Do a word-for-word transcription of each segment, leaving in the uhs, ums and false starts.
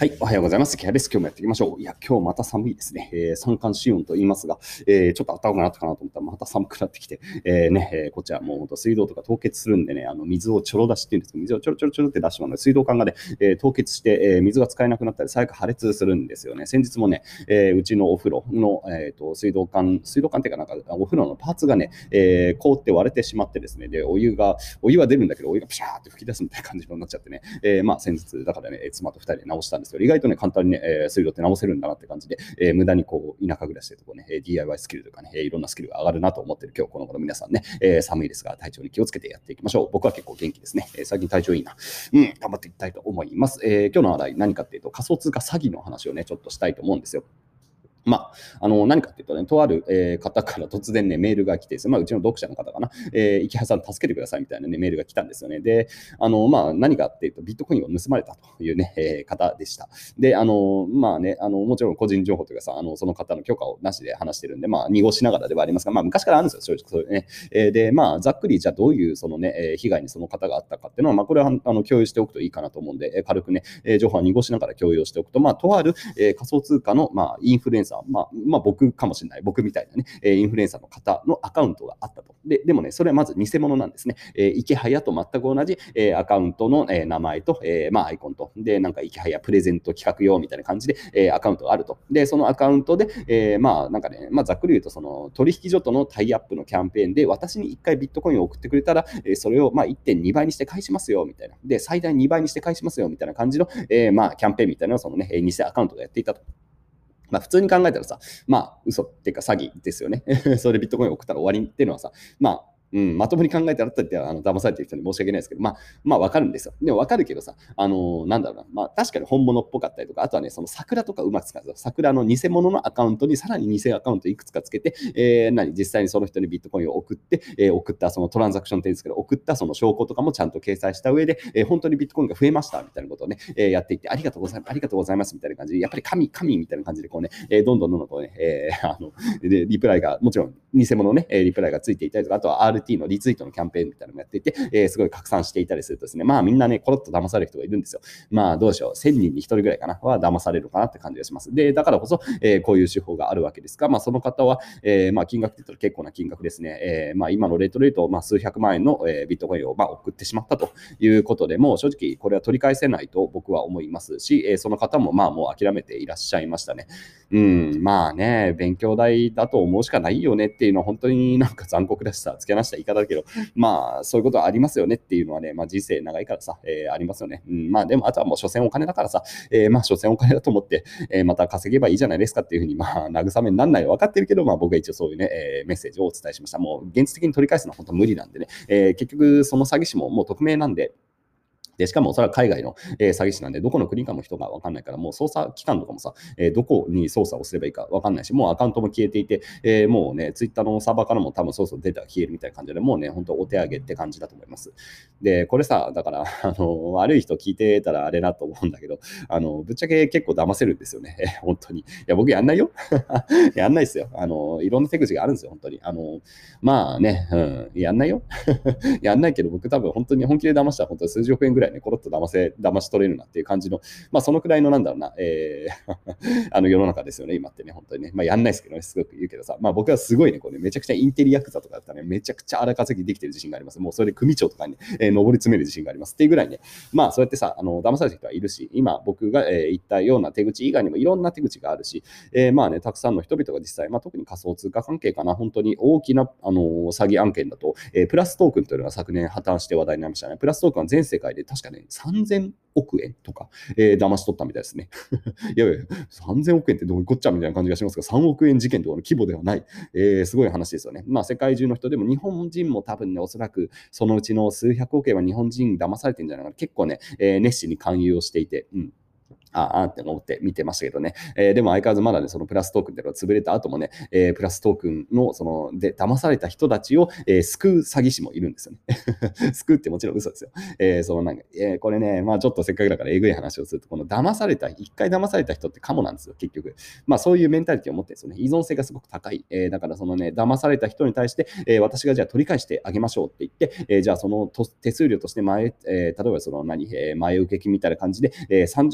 はい、おはようございます。木原です。今日もやっていきましょう。いや、今日また寒いですね。えー、三寒四温と言いますが、えーちょっと暖かくなったかなと思ったら、また寒くなってきて、えーね、えーこっちはもう本当水道とか凍結するんでね、あの水をちょろ出しっていうんですけど、水をちょろちょろちょろって出してもらう水道管がね、えー凍結して、えー水が使えなくなったり、最悪破裂するんですよね。先日もね、えーうちのお風呂の、えーと水道管、水道管っていうか、なんかお風呂のパーツがね、えー凍って割れてしまってですね、で、お湯が、お湯は出るんだけど、お湯がピシャーって吹き出すみたいな感じになっちゃってね、えーまあ先日、だからね、妻とふたりで直したんですけど、意外とね、簡単にね、えー水道って直せるんだなって感じで、えー無駄にこう田舎暮らしでとこね、ディーアイワイ スキルとかね、いろんなスキルが上がるなと思ってる今日この頃皆さんね、えー寒いですが体調に気をつけてやっていきましょう。僕は結構元気ですね。えー最近体調いいな。うん、頑張っていきたいと思います。えー今日の話題何かっていうと仮想通貨詐欺の話をね、ちょっとしたいと思うんですよ。まあ、あの何かっていうとね、とある、えー方から突然ね、メールが来てですね、まあ、うちの読者の方かな、えー、池原さん助けてくださいみたいな、ね、メールが来たんですよね。で、あのまあ、何かっていうと、ビットコインを盗まれたというね、えー方でした。で、あのまあね、あのもちろん個人情報というかさ、あのその方の許可をなしで話してるんで、まあ、濁しながらではありますが、まあ、昔からあるんですよ、正直そういうね。えーで、まあ、ざっくり、じゃあどういうそのね、えー被害にその方があったかっていうのは、まあ、これはあの共有しておくといいかなと思うんで、えー軽くね、えー情報は濁しながら共有しておくと、まあ、とある、えー仮想通貨の、まあ、インフルエンサー、まあ、まあ、僕かもしれない、僕みたいなね、えーインフルエンサーの方のアカウントがあったと。で、でもね、それはまず偽物なんですね。えー、池早と全く同じ、えーアカウントの、えー名前と、えーまあ、アイコンと、で、なんか池早プレゼント企画用みたいな感じで、えーアカウントがあると。で、そのアカウントで、えーまあ、なんかね、まあ、ざっくり言うと、その取引所とのタイアップのキャンペーンで、私にいっかいビットコインを送ってくれたら、えーそれをまあいってんにばいにして返しますよ、みたいな。で、最大にばいにして返しますよ、みたいな感じの、えーまあ、キャンペーンみたいなのを、そのね、えー偽アカウントがやっていたと。まあ、普通に考えたらさ、まあ、嘘っていうか詐欺ですよね。それでビットコインを送ったら終わりっていうのはさ、まあ、うん、まともに考えたらってあの騙されてる人に申し訳ないですけど、まあ、まあ、わかるんですよ。でもわかるけどさ、あのーなんだろうな、まあ、確かに本物っぽかったりとか、あとはね、その桜とかうまく使う。桜の偽物のアカウントにさらに偽アカウントいくつかつけて、えー、何、実際にその人にビットコインを送って、えー送ったそのトランザクションって言うんですけど、送ったその証拠とかもちゃんと掲載した上で、えー本当にビットコインが増えましたみたいなことをね、えーやっていって、ありがとうございます、ありがとうございますみたいな感じで、やっぱり神、神みたいな感じでこうね、えーどんどんどんどんこうね、えーあのでリプライが、もちろん偽物のね、リプライがついていたりとか、あとは アールティー のリツイートのキャンペーンみたいなのもやっていて、えーすごい拡散していたりするとですね、まあみんなね、コロッと騙される人がいるんですよ。まあどうでしょう、せんにんにひとりぐらいかな、は騙されるかなって感じがします。で、だからこそ、えーこういう手法があるわけですが、まあその方は、えーまあ金額って言ったら結構な金額ですね。えーまあ今のレートで言うと、まあ数百万円の、えービットコインをまあ送ってしまったということで、もう正直これは取り返せないと僕は思いますし、えーその方もまあもう諦めていらっしゃいましたね。うん、まあね、勉強代だと思うしかないよねっていうのは本当になんか残酷だしさ、つけなした言い方だけど、まあそういうことはありますよねっていうのはね、まあ人生長いからさ、えーありますよね。うん、まあでもあとはもう所詮お金だからさ、えーまあ所詮お金だと思って、えーまた稼げばいいじゃないですかっていうふうに、まあ慰めにならない分かってるけど、まあ僕は一応そういうね、えーメッセージをお伝えしました。もう現実的に取り返すのは本当無理なんでね、えー結局その詐欺師ももう匿名なんで、でしかもそれは海外の、えー詐欺師なんで、どこの国かも人が分かんないから、もう捜査機関とかもさ、えーどこに捜査をすればいいか分かんないし、もうアカウントも消えていて、えーもうね、ツイッターのサーバーからも多分そろそろデータが消えるみたいな感じで、もうね、本当お手上げって感じだと思います。で、これさ、だから、あの、悪い人聞いてたらあれなと思うんだけど、あの、ぶっちゃけ結構騙せるんですよね、本当に。いや、僕やんないよ。やんないですよ。あの、いろんな手口があるんですよ、本当に。あの、まあね、うん、やんないよ。やんないけど、僕多分本当に本気で騙したら本当に数十億円ぐらいね、コロッと騙せ、騙し取れるなっていう感じの、まあそのくらいのなんだろうな、えーあの世の中ですよね、今ってね、本当にね。まあやんないですけどね、すごく言うけどさ、まあ僕はすごいね、こうね、めちゃくちゃインテリヤクザとかだったらね、めちゃくちゃ荒稼ぎできてる自信があります。もうそれで組長とかに、ね、えー上り詰める自信がありますっていうぐらいね、まあそうやってさ、あの騙された人はいるし、今僕が、えー言ったような手口以外にもいろんな手口があるし、えーまあね、たくさんの人々が実際、まあ特に仮想通貨関係かな、本当に大きな、あのー詐欺案件だと、えープラストークンというのが昨年破綻して話題になりましたね。プラストークンは全世界で確かね、さんぜんおくえんとか、えー騙し取ったみたいですね。いやいや、さんぜんおくえんってどういうこっちゃみたいな感じがしますが、さんおくえん事件とかの規模ではない、えーすごい話ですよね。まあ、世界中の人でも、日本人も多分ね、おそらくそのうちの数百億円は日本人騙されてるんじゃないかな。結構ね、えー熱心に勧誘をしていて、うん。ああって思って見てましたけどね。えーでも相変わらずまだね、そのプラストークンっていうのが潰れた後もね、えープラストークンの、その、で、騙された人たちを、えー救う詐欺師もいるんですよね。救うってもちろん嘘ですよ。えーそのなんか、えーこれね、まあちょっとせっかくだからえぐい話をすると、この騙された、一回騙された人ってカモなんですよ、結局。まあそういうメンタリティを持ってるんですよね。依存性がすごく高い。えーだからそのね、騙された人に対して、えー私がじゃあ取り返してあげましょうって言って、えーじゃあそのと手数料として前、えー例えばその何、えー前受け金みたいな感じで、えーさんじゅうまん円の手数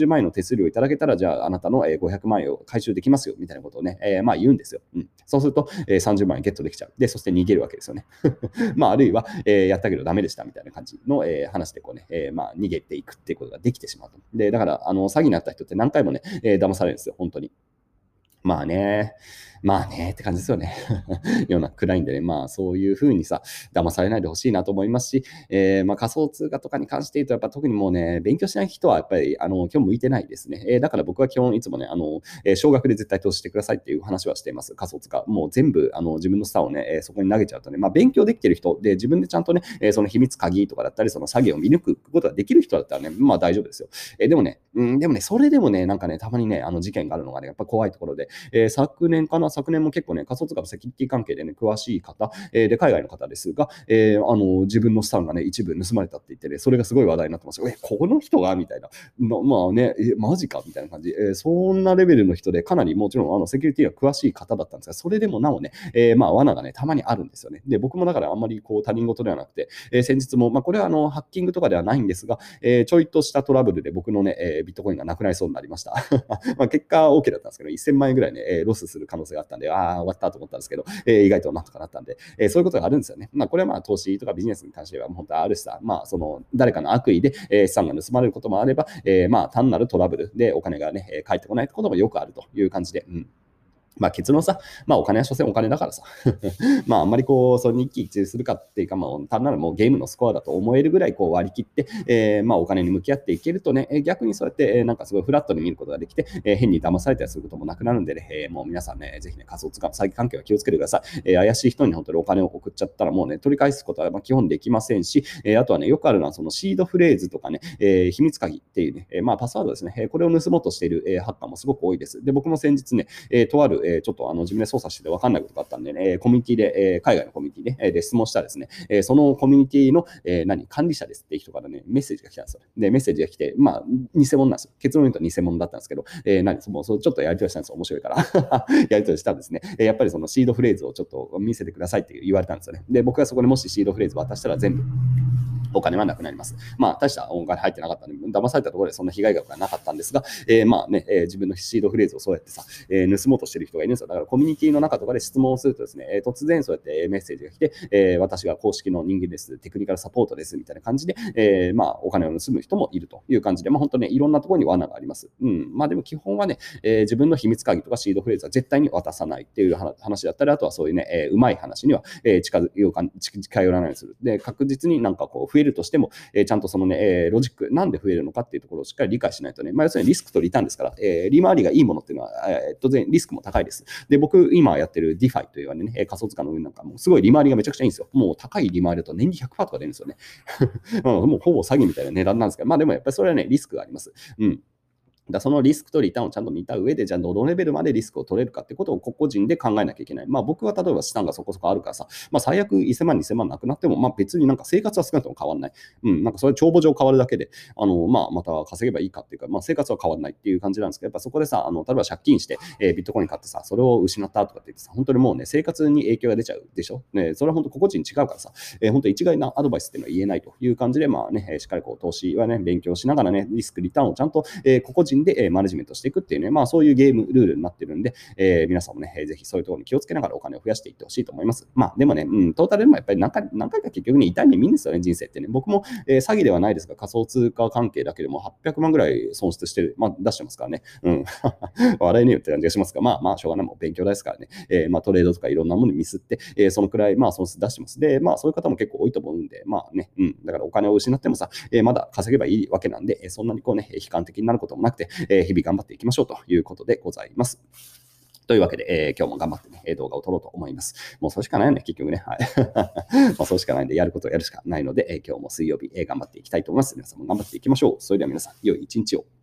数料いただけたら、じゃああなたのごひゃくまん円を回収できますよ、みたいなことをね、えー、まあ言うんですよ。うん。そうすると、えー、さんじゅうまん円ゲットできちゃう。で、そして逃げるわけですよね。まあ、あるいは、えー、やったけどダメでしたみたいな感じの、えー、話でこうね、えー、まあ、逃げていくっていうことができてしまうと。で、だから、あの、詐欺になった人って何回もね、えー、騙されるんですよ、本当に。まあね、まあねって感じですよね。世の中暗いんでね、まあそういうふうにさ、騙されないでほしいなと思いますし、えー、まあ仮想通貨とかに関して言うと、やっぱ特にもうね、勉強しない人はやっぱり、あの、今日向いてないですね。えー、だから僕は基本いつもね、あの、えー、少額で絶対投資してくださいっていう話はしています。仮想通貨。もう全部、あの、自分のスターをね、えー、そこに投げちゃうとね、まあ勉強できてる人で、自分でちゃんとね、えー、その秘密鍵とかだったり、その詐欺を見抜くことができる人だったらね、まあ大丈夫ですよ。えー、でもね、うん、でもね、それでもね、なんかね、たまにね、あの事件があるのがね、やっぱ怖いところで、えー、昨年かな、昨年も結構ね、仮想通貨のセキュリティ関係でね、詳しい方、えー、で、海外の方ですが、えー、あの、自分の資産がね、一部盗まれたって言ってね、それがすごい話題になってますよ。え、この人がみたいな。ままあね、え、マジかみたいな感じ。えー、そんなレベルの人で、かなりもちろん、あの、セキュリティが詳しい方だったんですが、それでもなおね、えー、まあ、罠がね、たまにあるんですよね。で、僕もだからあんまりこう、他人事ではなくて、えー、先日も、まあ、これはあの、ハッキングとかではないんですが、えー、ちょいとしたトラブルで僕のね、えー、ビットコインがなくなりそうになりました。まあ、結果 OK だったんですけど、せんまん円ぐらいね、えー、ロスする可能性があったんで、ああ、終わったと思ったんですけど、えー、意外となんとかなったんで、えー、そういうことがあるんですよね。まあ、これはまあ、投資とかビジネスに関しては、本当はあるしさ、まあ、その、誰かの悪意で、えー、資産が盗まれることもあれば、えー、まあ、単なるトラブルでお金がね、返ってこないこともよくあるという感じで、うん。まあ結論さ、まあお金は所詮お金だからさ。まああんまりこう、それに一喜一憂するかっていうか、まあ単なるもうゲームのスコアだと思えるぐらいこう割り切って、えー、まあお金に向き合っていけるとね、逆にそうやって、えー、なんかすごいフラットに見ることができて、えー、変に騙されたりすることもなくなるんでね、えー、もう皆さんね、ぜひね、仮想通貨の詐欺関係は気をつけてください。えー、怪しい人に本当にお金を送っちゃったらもうね、取り返すことはまあ基本できませんし、えー、あとはね、よくあるのはそのシードフレーズとかね、えー、秘密鍵っていうね、えー、まあパスワードですね、えー、これを盗もうとしている、えー、ハッカーもすごく多いです。で、僕も先日ね、えー、とある、えー、ちょっとあの自分で操作してて分かんないことがあったんでね、コミュニティで、えー、海外のコミュニティで、で質問したらですね、えー、そのコミュニティの、えー、何、管理者ですっていう人からね、メッセージが来たんですよ。で、メッセージが来て、まあ、偽物なんですよ。結論言うと偽物だったんですけど、えー、何、その、そちょっとやり取りしたんですよ。面白いから。やり取りしたんですね。えー、やっぱりそのシードフレーズをちょっと見せてくださいって言われたんですよね。で、僕がそこでもしシードフレーズ渡したら全部、お金はなくなります。まあ、大したお金入ってなかったんで、騙されたところでそんな被害額がなかったんですが、えー、まあね、えー、自分のシードフレーズをそうやってさ、えー、盗もうとしてる人がいるんですよ。だからコミュニティの中とかで質問をするとですね、えー、突然そうやってメッセージが来て、えー、私が公式の人間です、テクニカルサポートですみたいな感じで、えー、まあ、お金を盗む人もいるという感じで、まあ、本当ね、いろんなところに罠があります。うん。まあ、でも基本はね、えー、自分の秘密鍵とかシードフレーズは絶対に渡さないっていう話だったり、あとはそういうね、えー、うまい話には、えー、近づ近寄らないようにする。で、確実になんかこう増えるとしても、えー、ちゃんとそのね、えー、ロジック、なんで増えるのかっていうところをしっかり理解しないとね、まあ、要するにリスクとリターンですから、えー、利回りがいいものっていうのは、えー、当然リスクも高いです。で、僕、今やってる ディファイ というね、仮想通貨の運なんかもすごい利回りがめちゃくちゃいいんですよ。もう高い利回りだと年利 ひゃくパーセント とか出るんですよね。もうほぼ詐欺みたいな値段なんですけど、まあでもやっぱりそれはね、リスクがあります。うん。だそのリスクとリターンをちゃんと見た上で、じゃあどのレベルまでリスクを取れるかってことを個々人で考えなきゃいけない。まあ僕は例えば資産がそこそこあるからさ、まあ最悪せんまん、にせんまんなくなっても、まあ別になんか生活は少なくとも変わらない。うん、なんかそれ帳簿上変わるだけで、あの、まあまた稼げばいいかっていうか、まあ生活は変わらないっていう感じなんですけど、やっぱそこでさ、あの、例えば借金して、えー、ビットコイン買ってさ、それを失ったとかって言ってさ、本当にもうね、生活に影響が出ちゃうでしょ。ね、それは本当個々人違うからさ、えー、本当一概なアドバイスっていうのは言えないという感じで、まあね、しっかりこう投資はね、勉強しながらね、リスク、リターンをちゃんと、えー、個々人で、えー、マネジメントしていくっていうね、まあそういうゲームルールになってるんで、えー、皆さんもね、ぜひそういうところに気をつけながらお金を増やしていってほしいと思います。まあでもね、うん、トータルでもやっぱり何回何回か結局ね、痛い目見るんですよね、人生ってね。僕も、えー、詐欺ではないですが、仮想通貨関係だけでもはっぴゃくまんぐらい損失してる、まあ出してますからね。うん。笑えねえよって感じがしますが、まあまあしょうがない、もう勉強ですからね。えー、まあトレードとかいろんなものにミスって、えー、そのくらいまあ損失出してます。で、まあそういう方も結構多いと思うんで、まあね、うん。だからお金を失ってもさ、えー、まだ稼げばいいわけなんで、えー、そんなにこうね、悲観的になることもなくて、えー、日々頑張っていきましょうということでございます。というわけで、えー、今日も頑張ってね、動画を撮ろうと思います。もうそれしかないよね、結局ね。はい。まあ、それしかないんで、やることをやるしかないので、えー、今日も水曜日、えー、頑張っていきたいと思います。皆さんも頑張っていきましょう。それでは皆さん、良い一日を。